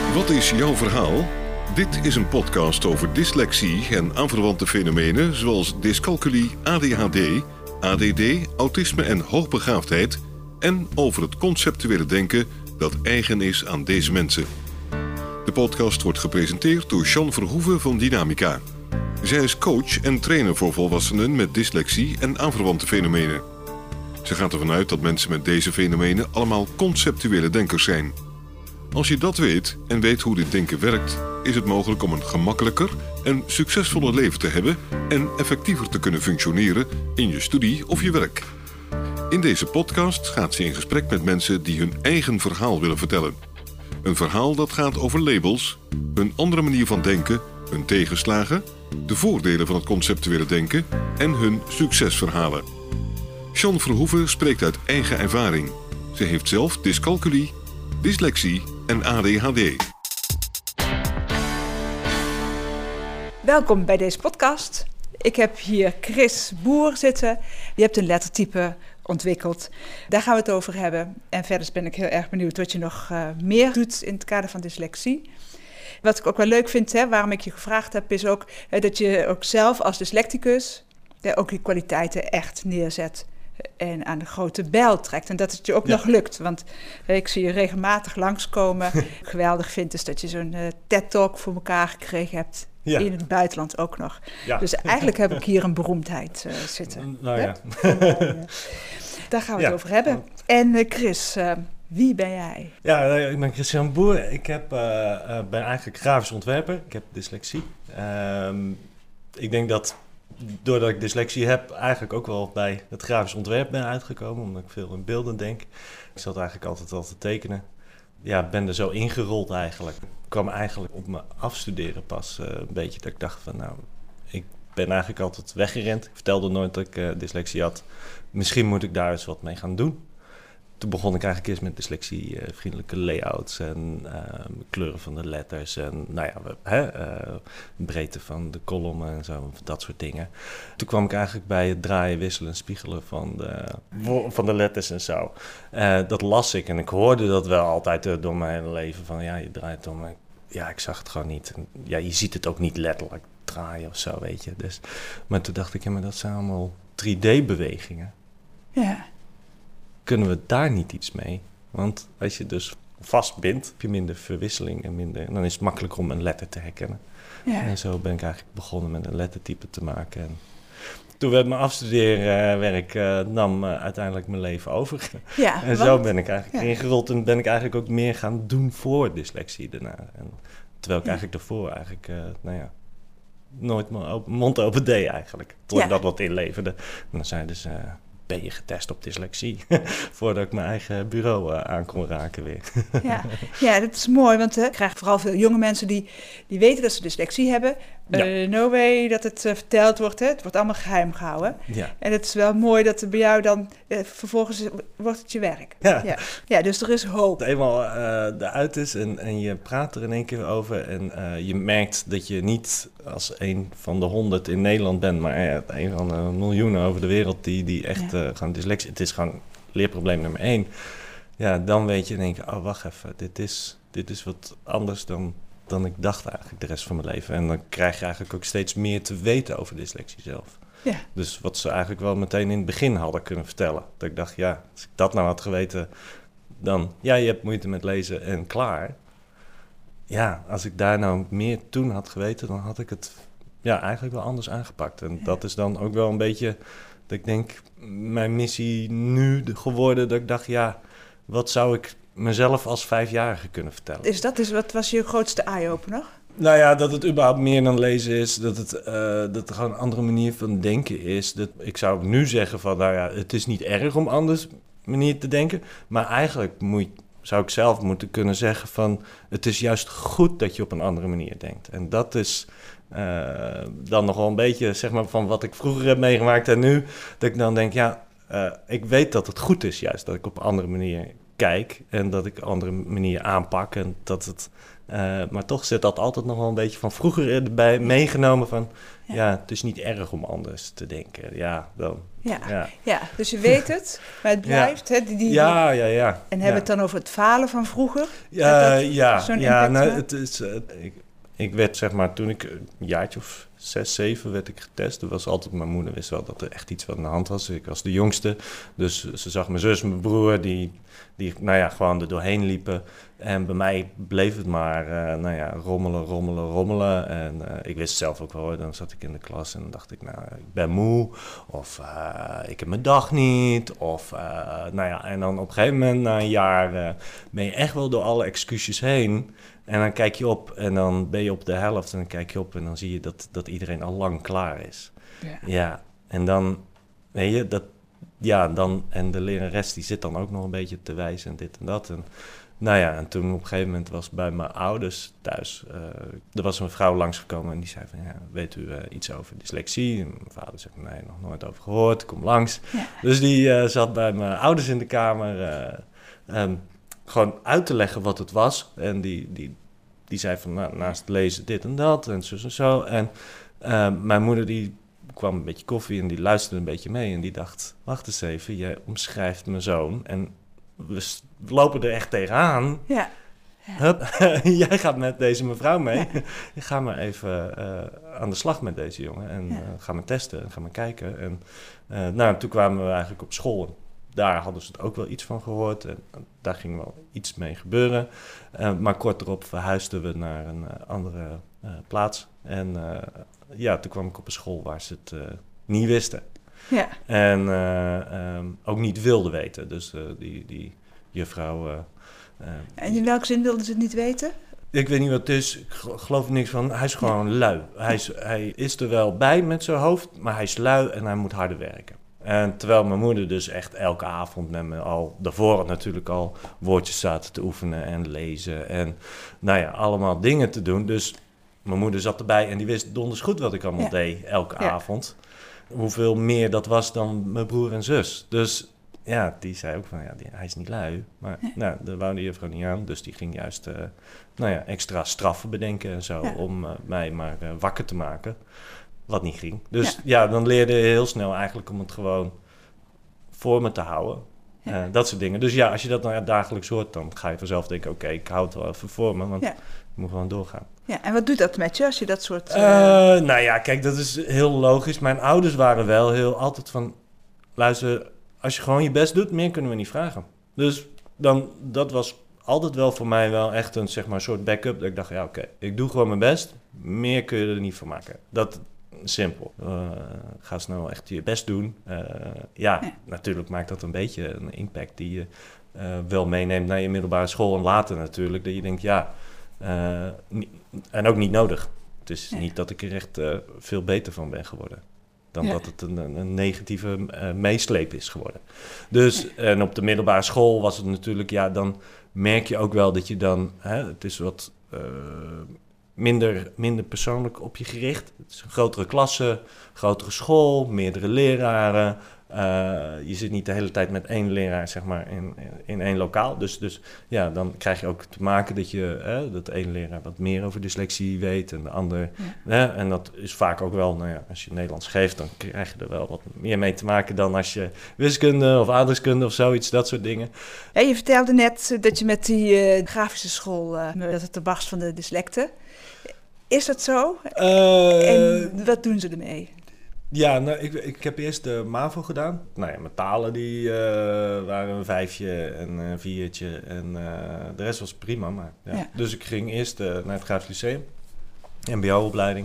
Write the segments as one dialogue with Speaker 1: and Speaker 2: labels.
Speaker 1: Wat is jouw verhaal? Dit is een podcast over dyslexie en aanverwante fenomenen zoals dyscalculie, ADHD, ADD, autisme en hoogbegaafdheid en over het conceptuele denken dat eigen is aan deze mensen. De podcast wordt gepresenteerd door Jean Verhoeven van Dynamica. Zij is coach en trainer voor volwassenen met dyslexie en aanverwante fenomenen. Ze gaat ervan uit dat mensen met deze fenomenen allemaal conceptuele denkers zijn. Als je dat weet en weet hoe dit denken werkt, is het mogelijk om een gemakkelijker en succesvoller leven te hebben en effectiever te kunnen functioneren in je studie of je werk. In deze podcast gaat ze in gesprek met mensen die hun eigen verhaal willen vertellen. Een verhaal dat gaat over labels, een andere manier van denken, hun tegenslagen, de voordelen van het conceptuele denken en hun succesverhalen. Jean Verhoeven spreekt uit eigen ervaring. Ze heeft zelf dyscalculie, dyslexie en ADHD.
Speaker 2: Welkom bij deze podcast. Ik heb hier Chris Boer zitten. Je hebt een lettertype ontwikkeld. Daar gaan we het over hebben. En verder ben ik heel erg benieuwd wat je nog meer doet in het kader van dyslexie. Wat ik ook wel leuk vind, waarom ik je gevraagd heb, is ook dat je ook zelf als dyslecticus ook je kwaliteiten echt neerzet en aan de grote bijl trekt. En dat het je ook nog lukt, want ik zie je regelmatig langskomen. Geweldig vind is dat je zo'n TED-talk voor elkaar gekregen hebt. Ja. In het buitenland ook nog. Ja. Dus eigenlijk heb ik hier een beroemdheid zitten.
Speaker 3: Nou ja.
Speaker 2: Daar gaan we het over hebben. En Chris, wie ben jij?
Speaker 3: Ja, ik ben Christian Boer. Ik ben eigenlijk grafisch ontwerper. Ik heb dyslexie. Ik denk dat doordat ik dyslexie heb, eigenlijk ook wel bij het grafisch ontwerp ben uitgekomen. Omdat ik veel in beelden denk. Ik zat eigenlijk altijd al te tekenen. Ja, ben er zo ingerold eigenlijk. Ik kwam eigenlijk op mijn afstuderen pas een beetje dat ik dacht van ik ben eigenlijk altijd weggerend. Ik vertelde nooit dat ik dyslexie had. Misschien moet ik daar eens wat mee gaan doen. Toen begon ik eigenlijk eerst met dyslexie-vriendelijke layouts en kleuren van de letters en breedte van de kolommen en zo, dat soort dingen. Toen kwam ik eigenlijk bij het draaien, wisselen en spiegelen van de letters en zo. Dat las ik en ik hoorde dat wel altijd door mijn hele leven van je draait om. Ja, ik zag het gewoon niet. En, je ziet het ook niet letterlijk draaien of zo, weet je. Dus, maar toen dacht ik, maar dat zijn allemaal 3D-bewegingen.
Speaker 2: Ja.
Speaker 3: Kunnen we daar niet iets mee? Want als je dus vastbindt, heb je minder verwisseling en dan is het makkelijker om een letter te herkennen. Ja. En zo ben ik eigenlijk begonnen met een lettertype te maken. En toen werd mijn afstudeerwerk nam uiteindelijk mijn leven over. Ja, en zo ben ik eigenlijk ingerold en ben ik eigenlijk ook meer gaan doen voor dyslexie daarna. En, terwijl ik eigenlijk daarvoor nooit mijn mond open deed eigenlijk. Tot ik dat wat inleverde. En dan zeiden ze, ben je getest op dyslexie? Voordat ik mijn eigen bureau aan kon raken weer.
Speaker 2: Ja, dat is mooi, want ik krijg vooral veel jonge mensen die weten dat ze dyslexie hebben. No way dat het verteld wordt. Het wordt allemaal geheim gehouden. Ja. En het is wel mooi dat er bij jou dan vervolgens wordt het je werk. Ja, dus er is hoop.
Speaker 3: Het eenmaal eruit is en je praat er in één keer over en je merkt dat je niet als een van de 100 in Nederland bent, maar een van de miljoenen over de wereld die echt gewoon dyslexie. Het is gewoon leerprobleem nummer 1. Ja, dan weet je in één keer, wacht even, dit is wat anders dan ik dacht eigenlijk de rest van mijn leven. En dan krijg je eigenlijk ook steeds meer te weten over dyslexie zelf. Ja. Dus wat ze eigenlijk wel meteen in het begin hadden kunnen vertellen. Dat ik dacht, als ik dat nou had geweten, dan, je hebt moeite met lezen en klaar. Ja, als ik daar nou meer toen had geweten, dan had ik het eigenlijk wel anders aangepakt. En dat is dan ook wel een beetje, dat ik denk, mijn missie nu geworden, dat ik dacht, wat zou ik mezelf als 5-jarige kunnen vertellen.
Speaker 2: Wat was je grootste eye-opener?
Speaker 3: Nou ja, dat het überhaupt meer dan lezen is, dat het gewoon een andere manier van denken is. Ik zou nu zeggen van, het is niet erg om anders manier te denken, maar eigenlijk zou ik zelf moeten kunnen zeggen van, het is juist goed dat je op een andere manier denkt. En dat is dan nog wel een beetje, zeg maar, van wat ik vroeger heb meegemaakt en nu, dat ik dan denk, ik weet dat het goed is juist dat ik op een andere manier kijk en dat ik een andere manier aanpak. En dat het, maar toch zit dat altijd nog wel een beetje van vroeger erbij meegenomen van... Ja, het is niet erg om anders te denken. Ja, dan...
Speaker 2: Ja, dus je weet het, maar het blijft. Hè,
Speaker 3: Ja.
Speaker 2: En hebben we het dan over het falen van vroeger?
Speaker 3: Het is... Ik werd, zeg maar, toen ik een jaartje of 6, 7 werd ik getest. Er was altijd, mijn moeder wist wel dat er echt iets wat aan de hand was. Ik was de jongste, dus ze zag mijn zus, mijn broer, die gewoon er doorheen liepen. En bij mij bleef het maar, rommelen. En ik wist zelf ook wel, dan zat ik in de klas en dan dacht ik, ik ben moe. Of ik heb mijn dag niet. Of, en dan op een gegeven moment, na een jaar, ben je echt wel door alle excuses heen. En dan kijk je op en dan ben je op de helft en dan kijk je op en dan zie je dat iedereen al lang klaar is. Ja, en dan, weet je, en de lerares die zit dan ook nog een beetje te wijzen en dit en dat. En en toen op een gegeven moment was bij mijn ouders thuis, er was een vrouw langsgekomen en die zei van, weet u iets over dyslexie? En mijn vader zei, nee, nog nooit over gehoord, kom langs. Ja. Dus die zat bij mijn ouders in de kamer gewoon uit te leggen wat het was. En die zei van, naast lezen dit en dat en zo. En mijn moeder die kwam een beetje koffie en die luisterde een beetje mee. En die dacht, wacht eens even, jij omschrijft mijn zoon. En we lopen er echt tegenaan. Ja. Hup, jij gaat met deze mevrouw mee. Ja. Ga maar even aan de slag met deze jongen. En ga maar testen en ga maar kijken. En toen kwamen we eigenlijk op school. Daar hadden ze het ook wel iets van gehoord. En daar ging wel iets mee gebeuren. Maar kort erop verhuisden we naar een andere plaats. En toen kwam ik op een school waar ze het niet wisten. Ja. En ook niet wilden weten. Dus die juffrouw...
Speaker 2: en in welke zin wilden ze het niet weten?
Speaker 3: Ik weet niet wat het is. Ik geloof er niks van. Hij is gewoon lui. Hij is er wel bij met zijn hoofd, maar hij is lui en hij moet harder werken. En terwijl mijn moeder dus echt elke avond met me al daarvoor natuurlijk al woordjes zaten te oefenen en lezen en allemaal dingen te doen. Dus mijn moeder zat erbij en die wist donders goed wat ik allemaal deed elke avond. Hoeveel meer dat was dan mijn broer en zus. Dus die zei ook van hij is niet lui. Maar daar wou de juffrouw niet aan. Dus die ging juist extra straffen bedenken en zo om mij maar wakker te maken. Wat niet ging. Dus dan leerde je heel snel eigenlijk om het gewoon voor me te houden. Dat soort dingen. Dus als je dat dagelijks hoort, dan ga je vanzelf denken, oké, ik hou het wel even voor me, want ik moet gewoon doorgaan.
Speaker 2: Ja, en wat doet dat met je als je dat soort...
Speaker 3: Kijk, dat is heel logisch. Mijn ouders waren wel altijd van, luister, als je gewoon je best doet, meer kunnen we niet vragen. Dus dat was altijd wel voor mij wel echt een, zeg maar, soort backup. Dat ik dacht, oké, ik doe gewoon mijn best. Meer kun je er niet van maken. Dat simpel. Ga snel echt je best doen. Natuurlijk maakt dat een beetje een impact die je wel meeneemt naar je middelbare school en later natuurlijk. Dat je denkt, en ook niet nodig. Het is niet dat ik er echt veel beter van ben geworden. Dan dat het een negatieve meesleep is geworden. Dus, en op de middelbare school was het natuurlijk, dan merk je ook wel dat je dan, het is wat minder persoonlijk op je gericht. Het is een grotere klasse, grotere school, meerdere leraren. Je zit niet de hele tijd met één leraar, zeg maar, in één lokaal. Dus dan krijg je ook te maken dat de ene leraar wat meer over dyslexie weet en de ander. En dat is vaak ook wel, als je Nederlands geeft, dan krijg je er wel wat meer mee te maken dan als je wiskunde of aardrijkskunde of zoiets, dat soort dingen.
Speaker 2: Ja, je vertelde net dat je met die grafische school, dat het de barst van de dyslecten. Is dat zo? En wat doen ze ermee?
Speaker 3: Ja, ik heb eerst de MAVO gedaan. Mijn talen die waren een 5'tje en een 4'tje en de rest was prima. Maar, Dus ik ging eerst naar het Grafisch Lyceum, mbo-opleiding.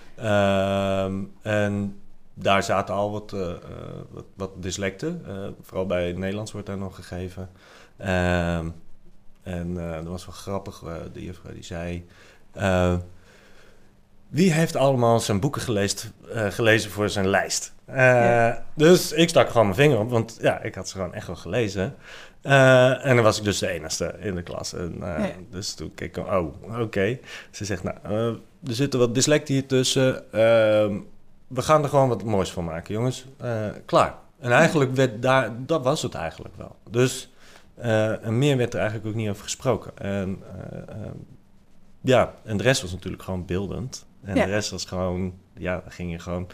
Speaker 3: En daar zaten al wat dyslecten. Vooral bij het Nederlands wordt daar nog gegeven. Dat was wel grappig. De juffrouw die zei... Wie heeft allemaal zijn boeken gelezen voor zijn lijst? Dus ik stak gewoon mijn vinger op, want ik had ze gewoon echt wel gelezen. En dan was ik dus de enigste in de klas. Dus toen keek ik, oké. Ze zegt, er zitten wat dyslecten hier tussen. We gaan er gewoon wat moois van maken, jongens. Klaar. En eigenlijk dat was het eigenlijk wel. Dus En meer werd er eigenlijk ook niet over gesproken. En de rest was natuurlijk gewoon beeldend. En de rest was gewoon, dan ging je gewoon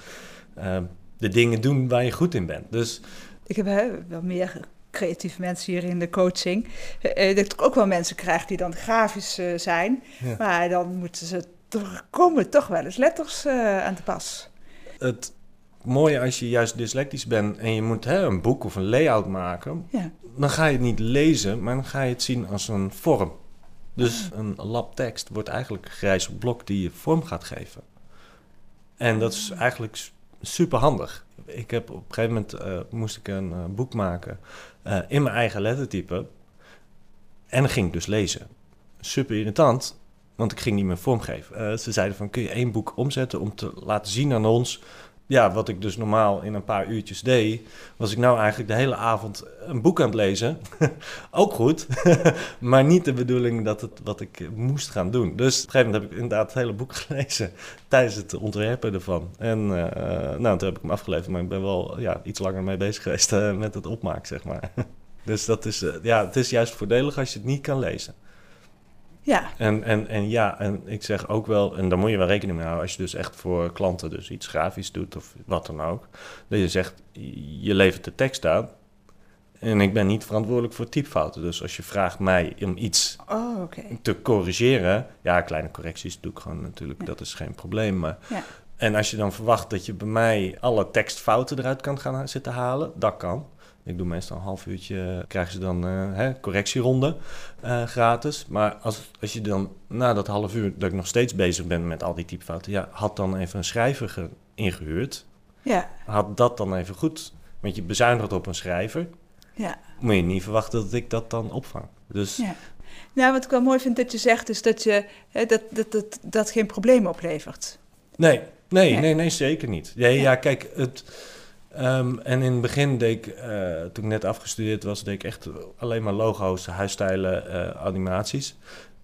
Speaker 3: de dingen doen waar je goed in bent. Dus
Speaker 2: ik heb wel meer creatieve mensen hier in de coaching. Dat ik ook wel mensen krijg die dan grafisch zijn. Ja. Maar dan moeten ze komen toch wel eens letters aan te pas.
Speaker 3: Het mooie als je juist dyslectisch bent en je moet een boek of een layout maken, dan ga je het niet lezen, maar dan ga je het zien als een vorm. Dus een lab tekst wordt eigenlijk een grijze blok die je vorm gaat geven. En dat is eigenlijk super handig. Ik heb op een gegeven moment moest ik een boek maken in mijn eigen lettertype. En dan ging ik dus lezen. Super irritant, want ik ging niet meer vormgeven. Ze zeiden van, kun je 1 boek omzetten om te laten zien aan ons. Ja, wat ik dus normaal in een paar uurtjes deed, was ik nou eigenlijk de hele avond een boek aan het lezen. Ook goed, maar niet de bedoeling dat het wat ik moest gaan doen. Dus op een gegeven moment heb ik inderdaad het hele boek gelezen tijdens het ontwerpen ervan. En toen heb ik hem afgeleverd, maar ik ben wel iets langer mee bezig geweest met het opmaken, zeg maar. Dus dat is, het is juist voordelig als je het niet kan lezen.
Speaker 2: Ja.
Speaker 3: En ik zeg ook wel, en daar moet je wel rekening mee houden, als je dus echt voor klanten dus iets grafisch doet of wat dan ook, dat je zegt, je levert de tekst aan en ik ben niet verantwoordelijk voor typfouten. Dus als je vraagt mij om iets te corrigeren, kleine correcties doe ik gewoon natuurlijk, dat is geen probleem. Maar, en als je dan verwacht dat je bij mij alle tekstfouten eruit kan gaan zitten halen, dat kan. Ik doe meestal een half uurtje, krijgen ze dan correctieronde gratis. Maar als je dan na dat half uur dat ik nog steeds bezig ben met al die typfouten, had dan even een schrijver ingehuurd. Ja. Had dat dan even goed, want je bezuinigt op een schrijver. Ja. Moet je niet verwachten dat ik dat dan opvang. Dus
Speaker 2: Nou, wat ik wel mooi vind dat je zegt, is dat je dat geen probleem oplevert.
Speaker 3: Nee, zeker niet. Ja, kijk, en in het begin deed ik, toen ik net afgestudeerd was, deed ik echt alleen maar logo's, huisstijlen, animaties.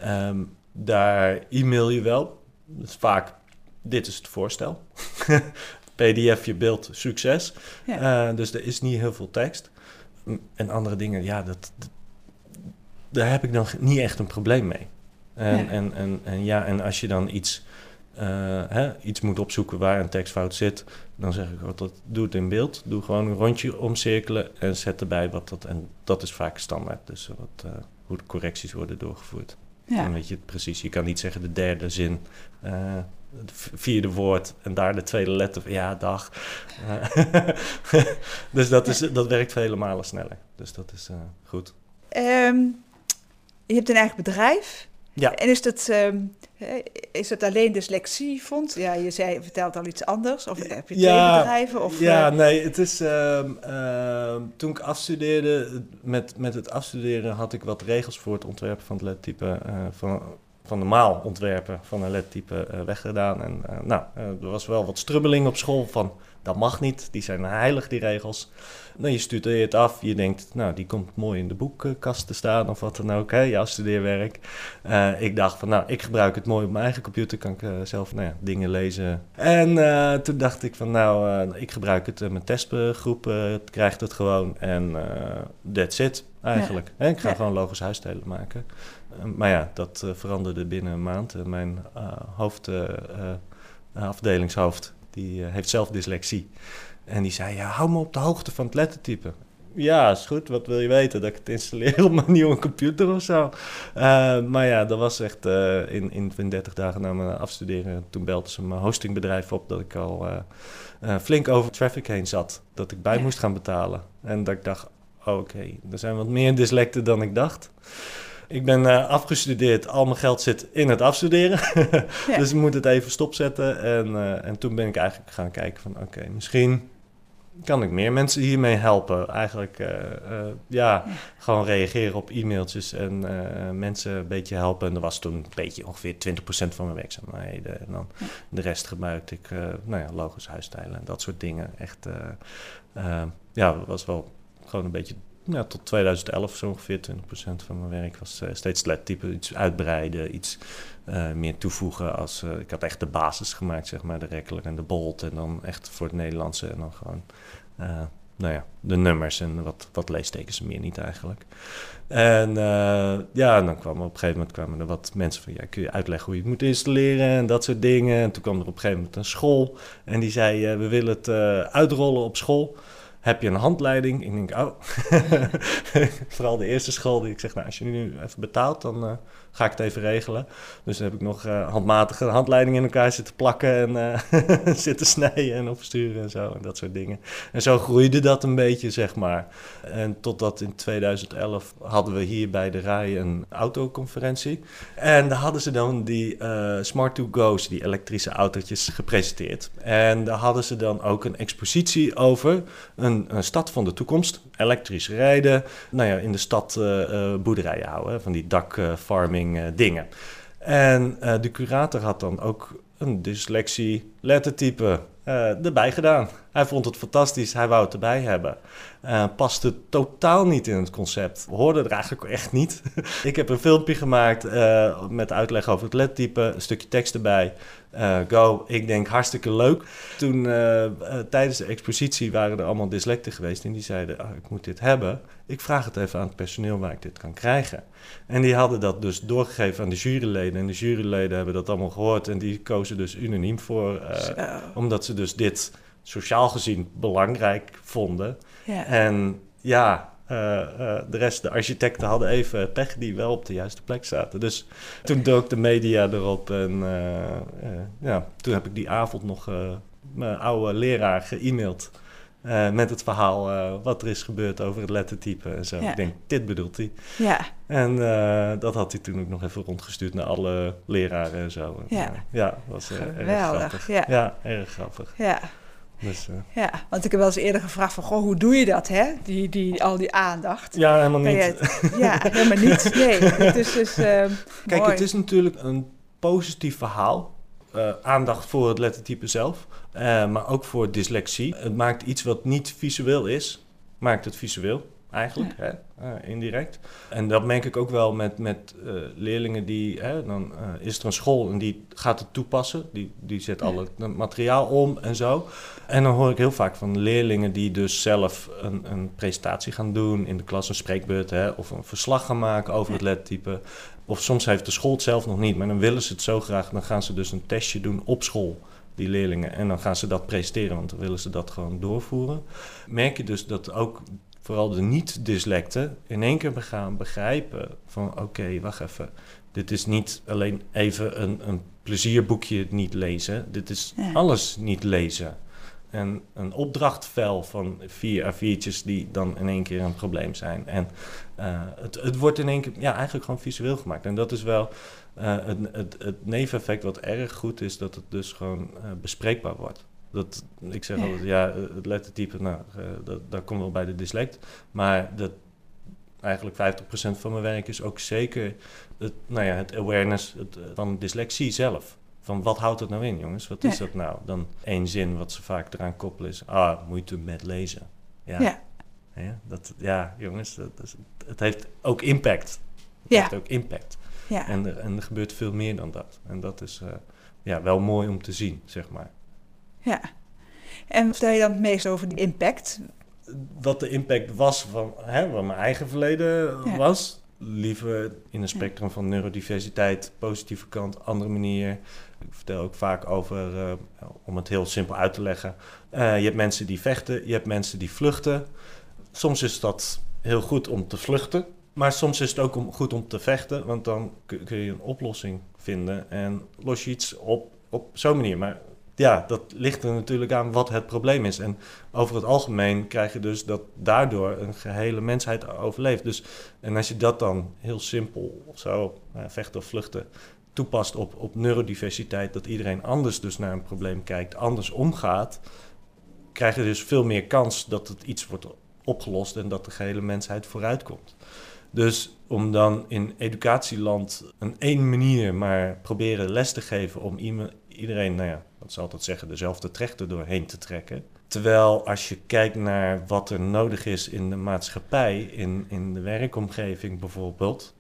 Speaker 3: Daar e-mail je wel. Dus vaak, dit is het voorstel. PDF, je beeld, succes. Ja. Dus er is niet heel veel tekst. En andere dingen, daar heb ik dan niet echt een probleem mee. En als je dan iets moet opzoeken waar een tekstfout zit, dan zeg ik altijd, doe het in beeld. Doe gewoon een rondje omcirkelen en zet erbij wat dat... En dat is vaak standaard, dus hoe de correcties worden doorgevoerd. Ja. Dan weet je het precies. Je kan niet zeggen de derde zin, het vierde woord en daar de tweede letter. Ja, dag. Dus dat werkt vele malen sneller. Dus dat is goed.
Speaker 2: Je hebt een eigen bedrijf.
Speaker 3: Ja.
Speaker 2: En is dat alleen dyslexiefonds? Ja, je vertelt al iets anders. Of heb je 2 bedrijven? Of,
Speaker 3: nee, het is... toen ik afstudeerde, met het afstuderen had ik wat regels voor het ontwerpen van het lettertype, van normaal ontwerpen van een lettertype weggedaan. En er was wel wat strubbeling op school van, dat mag niet, die zijn heilig, die regels. Nou, je studeert af, je denkt, die komt mooi in de boekkast te staan of wat dan ook, jouw studeerwerk. Ik dacht van, ik gebruik het mooi op mijn eigen computer, kan ik zelf dingen lezen. En toen dacht ik van, ik gebruik het, mijn testgroep krijgt het gewoon en that's it eigenlijk. Ja. Ik ga gewoon logo's huisstijlen maken. Maar dat veranderde binnen een maand. Mijn afdelingshoofd, die heeft zelf dyslexie. En die zei, hou me op de hoogte van het lettertype. Ja, is goed. Wat wil je weten? Dat ik het installeer op mijn nieuwe computer of zo? Maar dat was echt in 30 dagen na mijn afstuderen. Toen belde ze mijn hostingbedrijf op dat ik al flink over traffic heen zat. Dat ik bij moest gaan betalen. En dat ik dacht, oké, er zijn wat meer dyslecten dan ik dacht. Ik ben afgestudeerd, al mijn geld zit in het afstuderen. Dus ik moet het even stopzetten. En toen ben ik eigenlijk gaan kijken van, oké, misschien kan ik meer mensen hiermee helpen. Eigenlijk gewoon reageren op e-mailtjes en mensen een beetje helpen. En dat was toen een beetje ongeveer 20% van mijn werkzaamheden. En dan de rest gebruikte ik logo's, huisstijlen en dat soort dingen. Echt, was wel gewoon een beetje... tot 2011 zo ongeveer 20% van mijn werk was steeds lettertype, iets uitbreiden, iets meer toevoegen. Ik had echt de basis gemaakt, zeg maar, de Reckler en de Bold en dan echt voor het Nederlandse en dan gewoon de nummers en wat leestekens meer niet eigenlijk. En dan kwamen op een gegeven moment er wat mensen van... kun je uitleggen hoe je het moet installeren en dat soort dingen. En toen kwam er op een gegeven moment een school en die zei... we willen het uitrollen op school. Heb je een handleiding? Ik denk, vooral de eerste school die ik zeg... als je nu even betaalt, dan ga ik het even regelen. Dus dan heb ik nog handmatige handleidingen in elkaar zitten plakken... en zitten snijden en opsturen en zo en dat soort dingen. En zo groeide dat een beetje, zeg maar. En totdat in 2011 hadden we hier bij de RAI een autoconferentie. En daar hadden ze dan die Smart2Go's, die elektrische autootjes, gepresenteerd. En daar hadden ze dan ook een expositie over... Een stad van de toekomst, elektrisch rijden, in de stad boerderijen houden, van die dakfarming dingen. En de curator had dan ook een dyslexie lettertype erbij gedaan. Hij vond het fantastisch, hij wou het erbij hebben. Paste totaal niet in het concept. We hoorden er eigenlijk echt niet. Ik heb een filmpje gemaakt met uitleg over het lettertype, een stukje tekst erbij. Go, ik denk hartstikke leuk. Toen tijdens de expositie waren er allemaal dyslecten geweest en die zeiden, ik moet dit hebben. Ik vraag het even aan het personeel waar ik dit kan krijgen. En die hadden dat dus doorgegeven aan de juryleden. En de juryleden hebben dat allemaal gehoord en die kozen dus unaniem voor. Omdat ze dus dit sociaal gezien belangrijk vonden. Ja. En de rest, de architecten hadden even pech die wel op de juiste plek zaten. Dus toen dook de media erop en toen heb ik die avond nog mijn oude leraar ge-mailed met het verhaal wat er is gebeurd over het lettertype en zo. Ja. Ik denk, dit bedoelt hij. Ja. En dat had hij toen ook nog even rondgestuurd naar alle leraren en zo. Dat was erg grappig. Ja, erg grappig.
Speaker 2: Ja. Dus, want ik heb wel eens eerder gevraagd van, hoe doe je dat, hè? Al die aandacht.
Speaker 3: Ja, helemaal niet.
Speaker 2: Helemaal niet. Nee, het is dus
Speaker 3: Kijk,
Speaker 2: mooi.
Speaker 3: Het is natuurlijk een positief verhaal. Aandacht voor het lettertype zelf, maar ook voor dyslexie. Het maakt iets wat niet visueel is, maakt het visueel eigenlijk, indirect. En dat merk ik ook wel met leerlingen die... dan is er een school en die gaat het toepassen. Die zet al het materiaal om en zo. En dan hoor ik heel vaak van leerlingen die dus zelf een presentatie gaan doen... in de klas een spreekbeurt, of een verslag gaan maken over het lettertype. Of soms heeft de school het zelf nog niet, maar dan willen ze het zo graag. Dan gaan ze dus een testje doen op school, die leerlingen. En dan gaan ze dat presenteren, want dan willen ze dat gewoon doorvoeren. Merk je dus dat ook... vooral de niet-dyslecten in één keer gaan begrijpen van... oké, wacht even, dit is niet alleen even een plezierboekje niet lezen. Dit is alles niet lezen. En een opdrachtvel van 4 A4'tjes die dan in één keer een probleem zijn. En het wordt in één keer eigenlijk gewoon visueel gemaakt. En dat is wel het neveneffect wat erg goed is, dat het dus gewoon bespreekbaar wordt. Ik zeg altijd, het lettertype, dat komt wel bij de dyslect. Maar eigenlijk 50% van mijn werk is ook zeker het awareness van dyslexie zelf. Van wat houdt het nou in, jongens? Wat is dat nou? Dan 1 zin wat ze vaak eraan koppelen is, moeite met lezen. Jongens, het heeft ook impact. Het heeft ook impact. Ja. En er gebeurt veel meer dan dat. En dat is wel mooi om te zien, zeg maar.
Speaker 2: Ja. En vertel je dan het meest over die impact?
Speaker 3: Wat de impact was van wat mijn eigen verleden was. Liever in een spectrum van neurodiversiteit, positieve kant, andere manier. Ik vertel ook vaak over, om het heel simpel uit te leggen. Je hebt mensen die vechten, je hebt mensen die vluchten. Soms is dat heel goed om te vluchten. Maar soms is het ook goed om te vechten. Want dan kun je een oplossing vinden en los je iets op zo'n manier. Maar dat ligt er natuurlijk aan wat het probleem is. En over het algemeen krijg je dus dat daardoor een gehele mensheid overleeft. Dus, en als je dat dan heel simpel of zo, vechten of vluchten, toepast op neurodiversiteit, dat iedereen anders dus naar een probleem kijkt, anders omgaat, krijg je dus veel meer kans dat het iets wordt opgelost en dat de gehele mensheid vooruit komt. Dus om dan in educatieland een één manier maar proberen les te geven om iedereen, wat ze altijd zeggen, dezelfde trechter doorheen te trekken. Terwijl als je kijkt naar wat er nodig is in de maatschappij, in de werkomgeving bijvoorbeeld,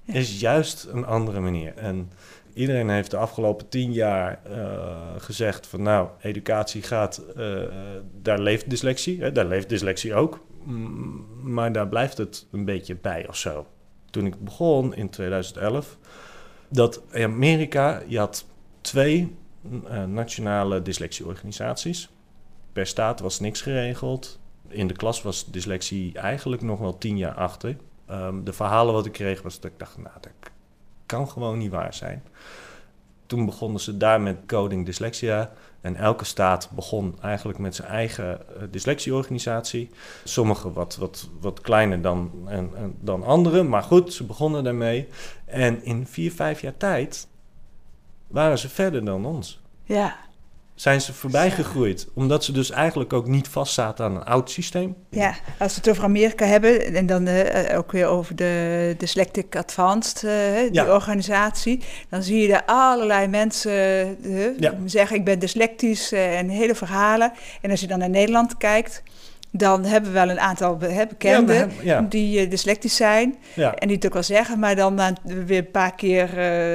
Speaker 3: is juist een andere manier. En iedereen heeft de afgelopen 10 jaar gezegd van nou, educatie gaat, daar leeft dyslexie. Daar leeft dyslexie ook. Maar daar blijft het een beetje bij of zo. Toen ik begon in 2011, dat in Amerika, je had 2 nationale dyslexieorganisaties. Per staat was niks geregeld. In de klas was dyslexie eigenlijk nog wel 10 jaar achter. De verhalen wat ik kreeg was dat ik dacht, nou, dat kan gewoon niet waar zijn. Toen begonnen ze daar met coding dyslexia. En elke staat begon eigenlijk met zijn eigen dyslexieorganisatie. Sommige wat kleiner dan andere. Maar goed, ze begonnen daarmee. En in 4-5 jaar tijd waren ze verder dan ons.
Speaker 2: Ja.
Speaker 3: Zijn ze voorbij gegroeid. Omdat ze dus eigenlijk ook niet vastzaten aan een oud systeem.
Speaker 2: Ja, als we het over Amerika hebben en dan ook weer over de Dyslexic Advanced, die organisatie, dan zie je daar allerlei mensen zeggen ik ben dyslectisch en hele verhalen. En als je dan naar Nederland kijkt, dan hebben we wel een aantal bekenden die dyslectisch zijn en die het ook wel zeggen, maar dan weer een paar keer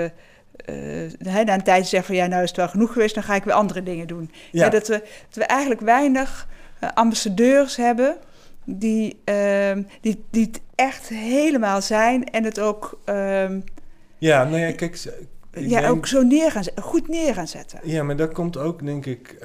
Speaker 2: na een tijdje zeggen van nou is het wel genoeg geweest, dan ga ik weer andere dingen doen. Ja. Ja, dat we eigenlijk weinig ambassadeurs hebben die het echt helemaal zijn en het ook
Speaker 3: kijk,
Speaker 2: ook zo goed neer gaan zetten.
Speaker 3: Ja, maar dat komt ook denk ik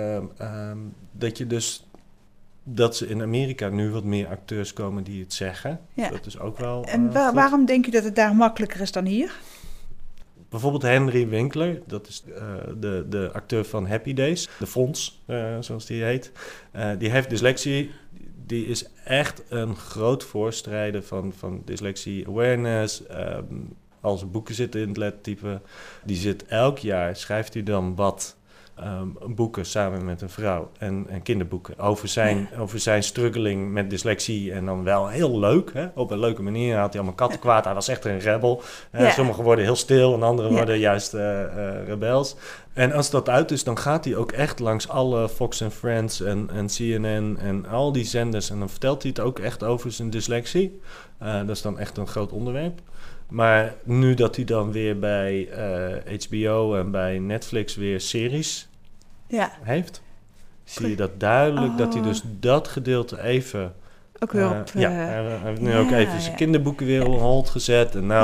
Speaker 3: dat ze in Amerika nu wat meer acteurs komen die het zeggen. Ja. Dat is ook wel.
Speaker 2: En waarom denk je dat het daar makkelijker is dan hier?
Speaker 3: Bijvoorbeeld Henry Winkler, dat is de acteur van Happy Days, de Fonds, zoals die heet. Die heeft dyslexie. Die is echt een groot voorstrijder van dyslexie awareness. Al zijn boeken zitten in het lettertype. Die zit elk jaar, schrijft hij dan wat boeken samen met een vrouw en kinderboeken over zijn struggling met dyslexie en dan wel heel leuk, hè? Op een leuke manier. Had hij allemaal katten kwaad, hij was echt een rebel. Sommigen worden heel stil en anderen worden juist rebels. En als dat uit is, dan gaat hij ook echt langs alle Fox & Friends en CNN en al die zenders en dan vertelt hij het ook echt over zijn dyslexie. Dat is dan echt een groot onderwerp. Maar nu dat hij dan weer bij HBO en bij Netflix weer series heeft, zie je dat duidelijk dat hij dus dat gedeelte even
Speaker 2: ook weer op...
Speaker 3: hij heeft nu ook even zijn kinderboeken weer op hold gezet. En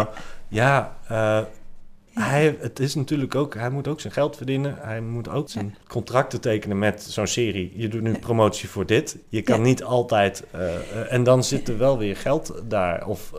Speaker 3: het is natuurlijk ook, hij moet ook zijn geld verdienen. Hij moet ook zijn contracten tekenen met zo'n serie. Je doet nu promotie voor dit. Je kan niet altijd... en dan zit er wel weer geld daar. Of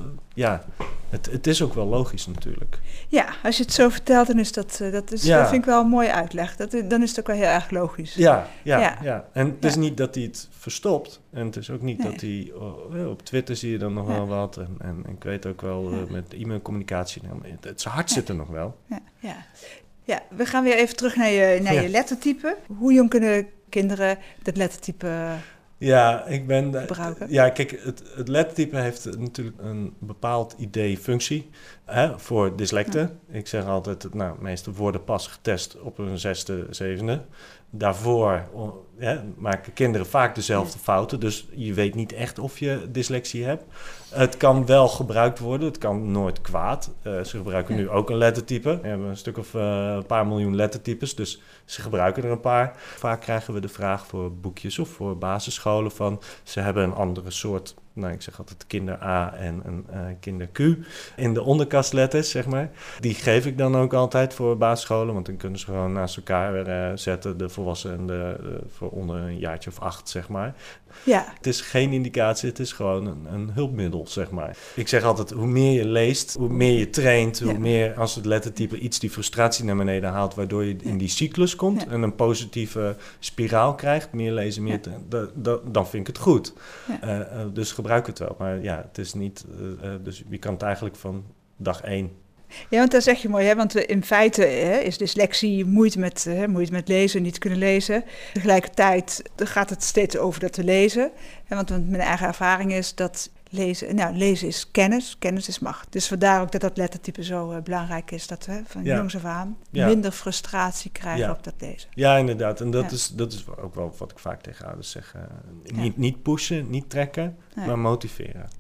Speaker 3: het is ook wel logisch natuurlijk. Ja,
Speaker 2: als je het zo vertelt, dan is dat vind ik wel een mooie uitleg. Dan is het ook wel heel erg logisch.
Speaker 3: Ja. En het is niet dat hij het verstopt. En het is ook niet dat hij... op Twitter zie je dan nog wel wat. En ik weet ook wel met e-mailcommunicatie. Het hart zit er nog wel.
Speaker 2: Ja, we gaan weer even terug naar je lettertype. Hoe jong kunnen kinderen dat lettertype...
Speaker 3: gebruiken? Ja, kijk, het lettertype heeft natuurlijk een bepaald idee-functie voor dyslecten. Ik zeg altijd, de meeste worden pas getest op een 6e, 7e. Daarvoor maken kinderen vaak dezelfde fouten, dus je weet niet echt of je dyslexie hebt. Het kan wel gebruikt worden, het kan nooit kwaad. Ze gebruiken nu ook een lettertype. We hebben een stuk of een paar miljoen lettertypes, dus ze gebruiken er een paar. Vaak krijgen we de vraag voor boekjes of voor basisscholen van... ze hebben een andere soort, ik zeg altijd kinder A en een kinder Q... in de onderkastletters, zeg maar. Die geef ik dan ook altijd voor basisscholen, want dan kunnen ze gewoon naast elkaar zetten... de volwassenen voor onder een jaartje of 8, zeg maar. Ja. Het is geen indicatie, het is gewoon een hulpmiddel, zeg maar. Ik zeg altijd, hoe meer je leest, hoe meer je traint... hoe meer als het lettertype iets die frustratie naar beneden haalt... waardoor je in die cyclus komt en een positieve spiraal krijgt... meer lezen, meer dan vind ik het goed. Dus gebruik het wel. Maar het is niet... dus je kan het eigenlijk van dag 1...
Speaker 2: Ja, want dat zeg je mooi, hè? Want in feite is dyslexie moeite met lezen, niet kunnen lezen. Tegelijkertijd gaat het steeds over dat te lezen. Want mijn eigen ervaring is dat lezen is kennis, kennis is macht. Dus vandaar ook dat lettertype zo belangrijk is, dat we van jongs af aan minder frustratie krijgen op dat lezen.
Speaker 3: Ja, inderdaad. En dat is ook wel wat ik vaak tegen ouders zeg. Niet pushen, niet trekken, maar motiveren.
Speaker 2: Ja.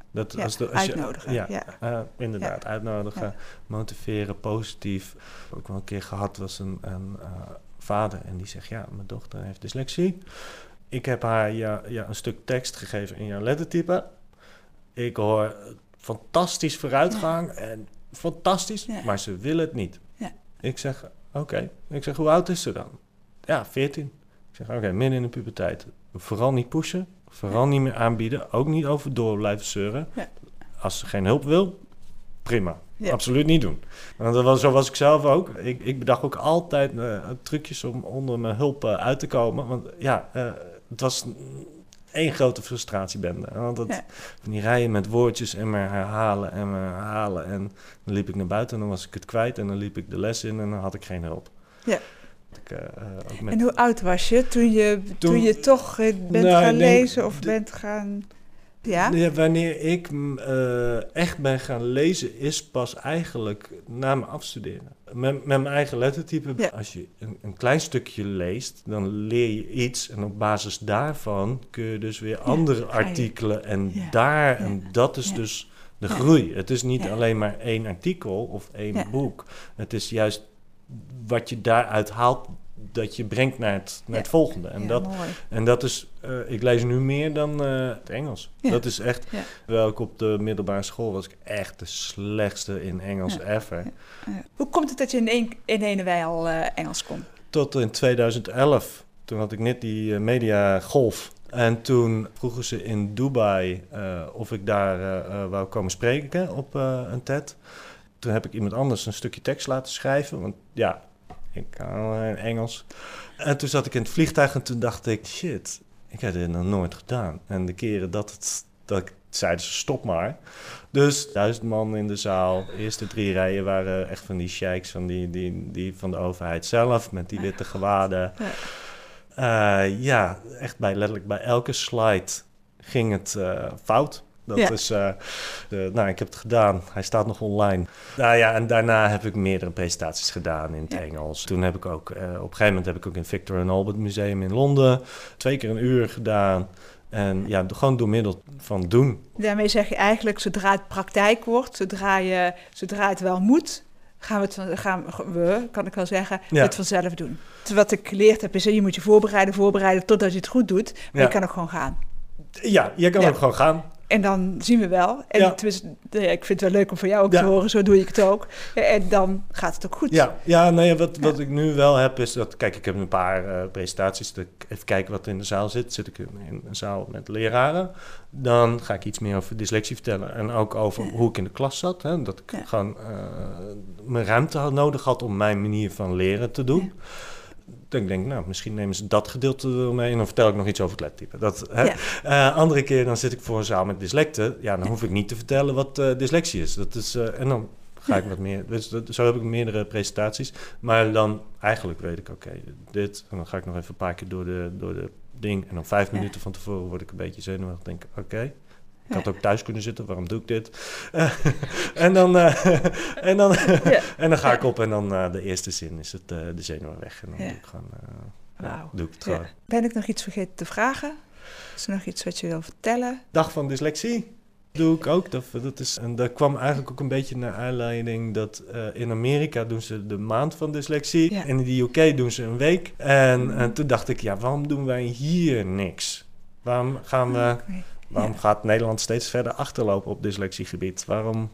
Speaker 3: Dat,
Speaker 2: Ja,
Speaker 3: als je,
Speaker 2: uitnodigen.
Speaker 3: Inderdaad, uitnodigen, motiveren, positief. Ook wel een keer gehad was een vader en die zegt, ja, mijn dochter heeft dyslexie. Ik heb haar een stuk tekst gegeven in jouw lettertype. Ik hoor fantastisch vooruitgang en fantastisch, maar ze wil het niet. Ja. Ik zeg, oké. Ik zeg, hoe oud is ze dan? Ja, 14. Ik zeg, oké, midden in de puberteit. Vooral niet pushen, vooral niet meer aanbieden, ook niet over door blijven zeuren. Ja. Als ze geen hulp wil, prima. Ja. Absoluut niet doen. Want zo was ik zelf ook. Ik bedacht ook altijd trucjes om onder mijn hulp uit te komen. Want het was één grote frustratiebende. Want van die rijen met woordjes en maar herhalen. En dan liep ik naar buiten en dan was ik het kwijt. En dan liep ik de les in en dan had ik geen hulp. Ja.
Speaker 2: En hoe oud was je toen je toch bent gaan lezen of bent gaan... Ja?
Speaker 3: Wanneer ik echt ben gaan lezen is pas eigenlijk na mijn afstuderen. Met mijn eigen lettertype. Ja. Als je een klein stukje leest, dan leer je iets. En op basis daarvan kun je dus weer andere artikelen. En en dat is dus de groei. Het is niet alleen maar één artikel of één boek. Het is juist wat je daaruit haalt, dat je brengt naar het volgende. En dat is, ik lees nu meer dan het Engels. Ja. Dat is echt, terwijl ik op de middelbare school was ik echt de slechtste in Engels ever. Ja.
Speaker 2: Ja. Hoe komt het dat je in ene wij al Engels kon?
Speaker 3: Tot in 2011. Toen had ik net die mediagolf. En toen vroegen ze in Dubai of ik daar wou komen spreken op een TED. Toen heb ik iemand anders een stukje tekst laten schrijven. Want ik kan Engels. En toen zat ik in het vliegtuig en toen dacht ik, shit, ik heb dit nog nooit gedaan. En de keren dat zeiden ze, stop maar. Dus 1000 man in de zaal. De eerste 3 rijen waren echt van die sheiks, van die van de overheid zelf, met die witte gewaden. Echt letterlijk bij elke slide ging het fout. Dat is, ik heb het gedaan. Hij staat nog online. En daarna heb ik meerdere presentaties gedaan in het Engels. Toen heb ik ook, op een gegeven moment heb ik ook in Victor and Albert Museum in Londen 2 keer een uur gedaan. En gewoon door middel van doen.
Speaker 2: Daarmee zeg je eigenlijk, zodra het praktijk wordt, zodra het wel moet, gaan we, kan ik wel zeggen, het vanzelf doen. Dus wat ik geleerd heb is, je moet je voorbereiden totdat je het goed doet. Maar je kan ook gewoon gaan.
Speaker 3: Ja, je kan ook gewoon gaan.
Speaker 2: En dan zien we wel. En ik vind het wel leuk om van jou ook te horen. Zo doe ik het ook. En dan gaat het ook goed.
Speaker 3: Wat ik nu wel heb is dat... Kijk, ik heb een paar presentaties. Even kijken wat in de zaal zit. Zit ik in een zaal met leraren. Dan ga ik iets meer over dyslexie vertellen. En ook over hoe ik in de klas zat. Hè, dat ik gewoon mijn ruimte nodig had om mijn manier van leren te doen. Ik denk, misschien nemen ze dat gedeelte mee en dan vertel ik nog iets over het lettertype. Andere keer dan zit ik voor een zaal met dyslecten. Ja, dan hoef ik niet te vertellen wat dyslexie is. Dat is en dan ga ik wat meer... Dus zo heb ik meerdere presentaties. Maar dan eigenlijk weet ik, dit. En dan ga ik nog even een paar keer door de ding. En dan 5 minuten van tevoren word ik een beetje zenuwachtig. Denk ik, ik had ook thuis kunnen zitten, waarom doe ik dit? En dan ga ik op en dan de eerste zin is het de zenuwen weg. En dan doe ik het gewoon.
Speaker 2: Ben ik nog iets vergeten te vragen? Is er nog iets wat je wil vertellen?
Speaker 3: Dag van dyslexie doe ik ook. Dat kwam eigenlijk ook een beetje naar aanleiding dat in Amerika doen ze de maand van dyslexie. Ja. En in de UK doen ze een week. En toen dacht ik, waarom doen wij hier niks? Waarom gaan we... Waarom gaat Nederland steeds verder achterlopen op dyslexiegebied? Waarom?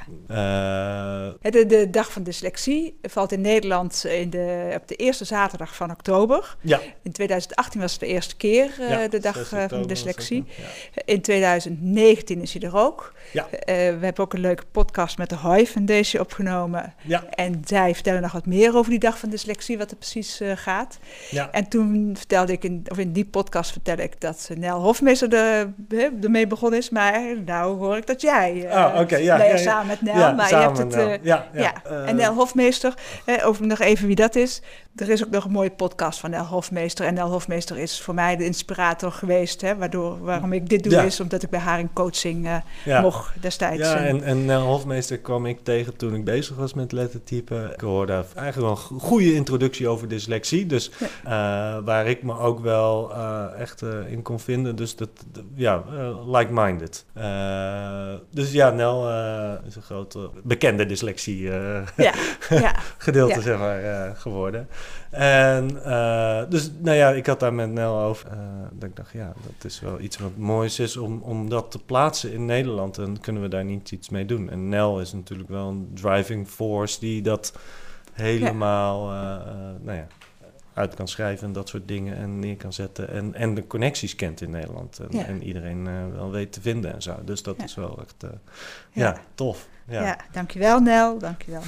Speaker 2: De dag van dyslexie valt in Nederland op de eerste zaterdag van oktober. Ja. In 2018 was het de eerste keer de dag van dyslexie. In 2019 is hij er ook. Ja. We hebben ook een leuke podcast met de Hoi Foundation opgenomen. Ja. En zij vertellen nog wat meer over die dag van dyslexie, wat er precies gaat. Ja. En toen vertelde ik, in die podcast vertelde ik dat Nel Hofmeester ermee begonnen is. Maar nou hoor ik dat jij... samen met Nel,
Speaker 3: Ja,
Speaker 2: maar je
Speaker 3: samen
Speaker 2: hebt het...
Speaker 3: Nel.
Speaker 2: En Nel Hofmeester, over nog even wie dat is. Er is ook nog een mooie podcast van Nel Hofmeester. En Nel Hofmeester is voor mij de inspirator geweest. Waarom ik dit doe is omdat ik bij haar in coaching mocht destijds.
Speaker 3: Ja, en Nel Hofmeester kwam ik tegen toen ik bezig was met lettertypen. Ik hoorde eigenlijk wel een goede introductie over dyslexie. Dus waar ik me ook wel echt in kon vinden. Dus like-minded. Dus ja, Nel is een grote bekende dyslexie gedeelte zeg maar geworden. En dus nou ja, ik had daar met Nel over. Dat ik dacht, ja, dat is wel iets wat moois is om dat te plaatsen in Nederland. En kunnen we daar niet iets mee doen. En Nel is natuurlijk wel een driving force die dat helemaal uit kan schrijven en dat soort dingen en neer kan zetten. En de connecties kent in Nederland. En iedereen wel weet te vinden en zo. Dus dat is wel echt tof.
Speaker 2: Ja, dankjewel Nel.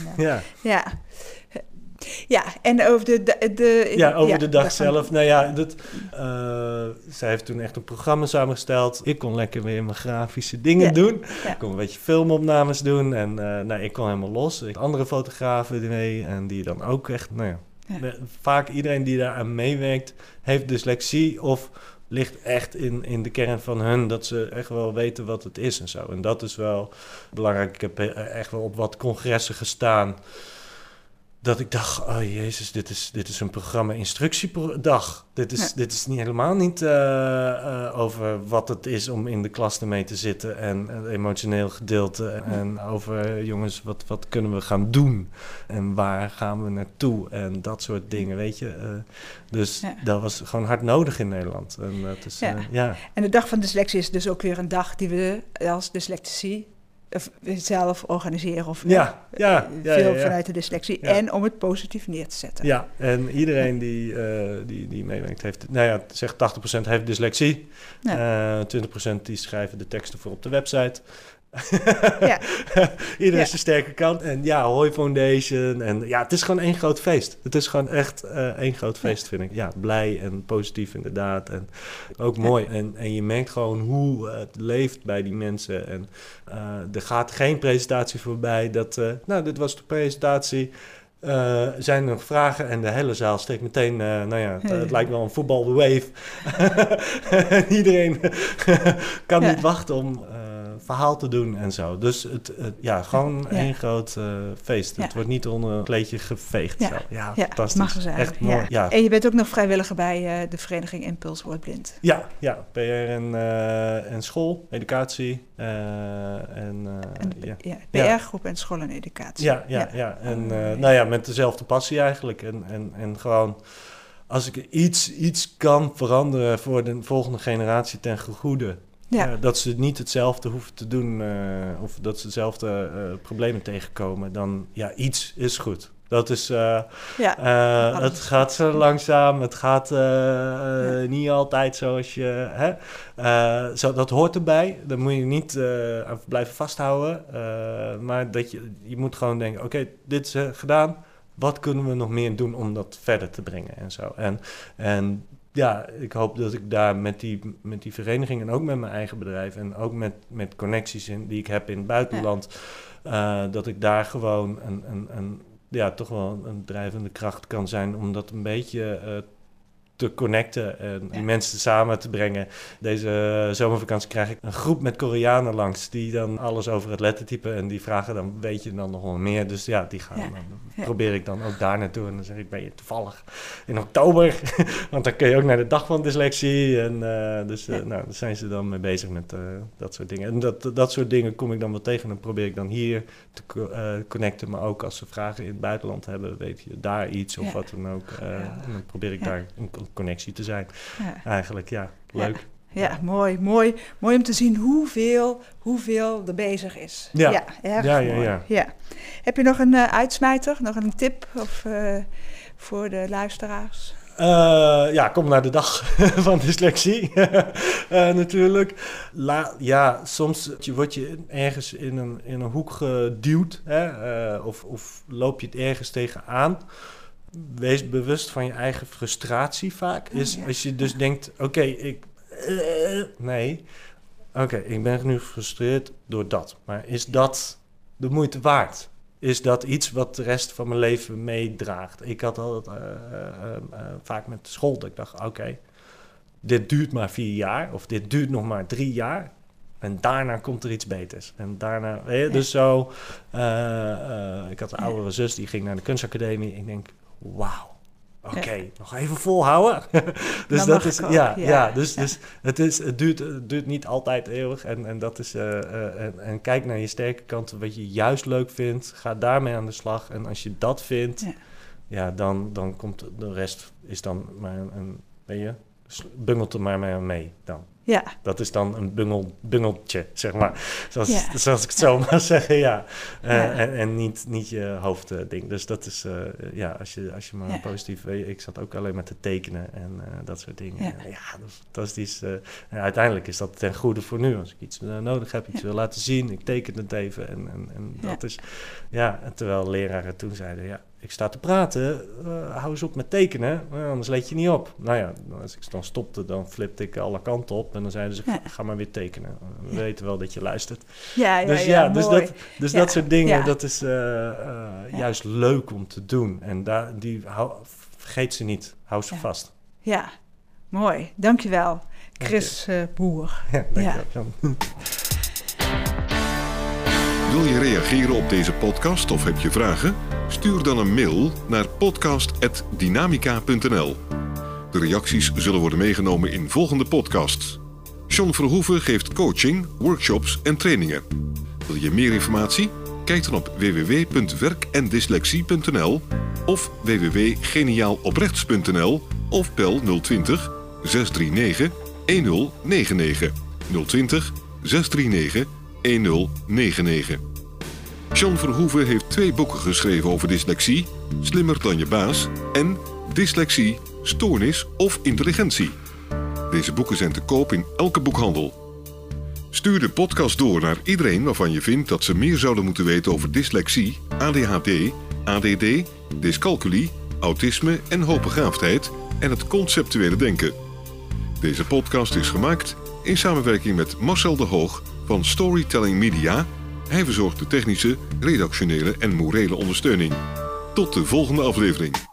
Speaker 2: Ja, en over de
Speaker 3: dag zelf. Nou ja, zij heeft toen echt een programma samengesteld. Ik kon lekker weer mijn grafische dingen doen. Ik kon een beetje filmopnames doen. En ik kon helemaal los. Andere fotografen mee en die dan ook echt... Vaak iedereen die daar aan meewerkt heeft dyslexie of ligt echt in de kern van hun dat ze echt wel weten wat het is en zo. En dat is wel belangrijk. Ik heb echt wel op wat congressen gestaan dat ik dacht, oh jezus, dit is een programma instructiedag. Dit is helemaal niet over wat het is om in de klas ermee te zitten en het emotioneel gedeelte en over jongens, wat kunnen we gaan doen en waar gaan we naartoe en dat soort dingen, weet je. Dus dat was gewoon hard nodig in Nederland. En, dat is,
Speaker 2: en de dag van dyslexie is dus ook weer een dag die we als dyslectici zelf organiseren of veel vanuit de dyslexie en om het positief neer te zetten. Ja,
Speaker 3: en iedereen die meewerkt heeft, zeg 80% heeft dyslexie, 20% die schrijven de teksten voor op de website. Iedereen is een sterke kant. En Hoi Foundation. En het is gewoon één groot feest. Het is gewoon echt één groot feest, vind ik. Ja, blij en positief inderdaad. En ook mooi. En je merkt gewoon hoe het leeft bij die mensen. En er gaat geen presentatie voorbij. Dit was de presentatie. Zijn er nog vragen? En de hele zaal steekt meteen, het lijkt wel een voetbalwave. Iedereen kan niet wachten om verhaal te doen en zo. Dus gewoon één groot feest. Het wordt niet onder een kleedje geveegd. Fantastisch.
Speaker 2: Mag er zijn.
Speaker 3: Echt mooi. Ja.
Speaker 2: En je bent ook nog vrijwilliger bij de vereniging Impuls Word Blind.
Speaker 3: Ja, PR en school, educatie.
Speaker 2: PR-groep en school en educatie.
Speaker 3: En met dezelfde passie eigenlijk. En gewoon, als ik iets kan veranderen voor de volgende generatie ten goede. Dat ze niet hetzelfde hoeven te doen of dat ze dezelfde problemen tegenkomen, dan iets is goed. Dat is, het gaat zo langzaam, het gaat niet altijd zoals je... dat hoort erbij, daar moet je niet aan blijven vasthouden. Maar je moet gewoon denken, oké, dit is gedaan, wat kunnen we nog meer doen om dat verder te brengen en zo. En ik hoop dat ik daar met die vereniging en ook met mijn eigen bedrijf en ook met connecties die ik heb in het buitenland, dat ik daar gewoon toch wel een drijvende kracht kan zijn om dat een beetje te connecten en die mensen samen te brengen. Deze zomervakantie krijg ik een groep met Koreanen langs die dan alles over het lettertype en die vragen dan weet je dan nog wel meer. Dus die gaan dan probeer ik dan ook daar naartoe en dan zeg ik ben je toevallig in oktober, want dan kun je ook naar de dag van dyslexie en daar zijn ze dan mee bezig met dat soort dingen. En dat soort dingen kom ik dan wel tegen en probeer ik dan hier te connecten, maar ook als ze vragen in het buitenland hebben, weet je daar iets of wat dan ook. En dan probeer ik daar een connectie te zijn. Eigenlijk, leuk.
Speaker 2: Ja, mooi om te zien hoeveel er bezig is. Erg mooi. Heb je nog een uitsmijter, nog een tip voor de luisteraars?
Speaker 3: Kom naar de dag van dyslexie, natuurlijk. Soms word je ergens in een hoek geduwd, of loop je het ergens tegenaan. Wees bewust van je eigen frustratie vaak. Als je dus denkt, ik ben nu gefrustreerd door dat. Maar is dat de moeite waard? Is dat iets wat de rest van mijn leven meedraagt? Ik had altijd vaak met school dat ik dacht, oké, dit duurt maar 4 jaar of dit duurt nog maar 3 jaar. En daarna komt er iets beters. En daarna, dus zo... ik had een oudere zus, die ging naar de kunstacademie. Ik denk, wauw. Oké, nog even volhouden. Dus dat is, dus het duurt niet altijd eeuwig. En dat is, en kijk naar je sterke kanten, wat je juist leuk vindt. Ga daarmee aan de slag. En als je dat vindt, dan komt de rest, is dan maar bungelt er maar mee dan.
Speaker 2: Ja.
Speaker 3: Dat is dan een bungeltje, zeg maar. Zoals ik het zo maar zeggen, En niet je hoofdding. Dus dat is, als je maar positief... Ik zat ook alleen maar te tekenen en dat soort dingen. Ja, dat is fantastisch. Uiteindelijk is dat ten goede voor nu. Als ik iets nodig heb, iets wil laten zien, ik teken het even. En dat is... Ja, terwijl leraren toen zeiden, ik sta te praten, hou eens op met tekenen, anders let je niet op. Nou ja, als ik dan stopte, dan flipte ik alle kanten op en dan zeiden ze, ga maar weer tekenen. We weten wel dat je luistert. Dus dat soort dingen, dat is juist leuk om te doen. En vergeet ze niet, hou ze vast.
Speaker 2: Ja, mooi. Dankjewel, Chris Boer.
Speaker 3: Ja, dankjewel, Jan.
Speaker 1: Wil je reageren op deze podcast of heb je vragen? Stuur dan een mail naar podcast@dynamica.nl. De reacties zullen worden meegenomen in volgende podcasts. John Verhoeven geeft coaching, workshops en trainingen. Wil je meer informatie? Kijk dan op www.werkendyslexie.nl of www.geniaaloprechts.nl of bel 020 639 1099 020 639 1099. John Verhoeven heeft 2 boeken geschreven over dyslexie, Slimmer dan je baas en Dyslexie, stoornis of intelligentie. Deze boeken zijn te koop in elke boekhandel. Stuur de podcast door naar iedereen waarvan je vindt dat ze meer zouden moeten weten over dyslexie, ADHD, ADD, dyscalculie, autisme en hoogbegaafdheid en het conceptuele denken. Deze podcast is gemaakt in samenwerking met Marcel de Hoog van Storytelling Media. Hij verzorgt de technische, redactionele en morele ondersteuning. Tot de volgende aflevering.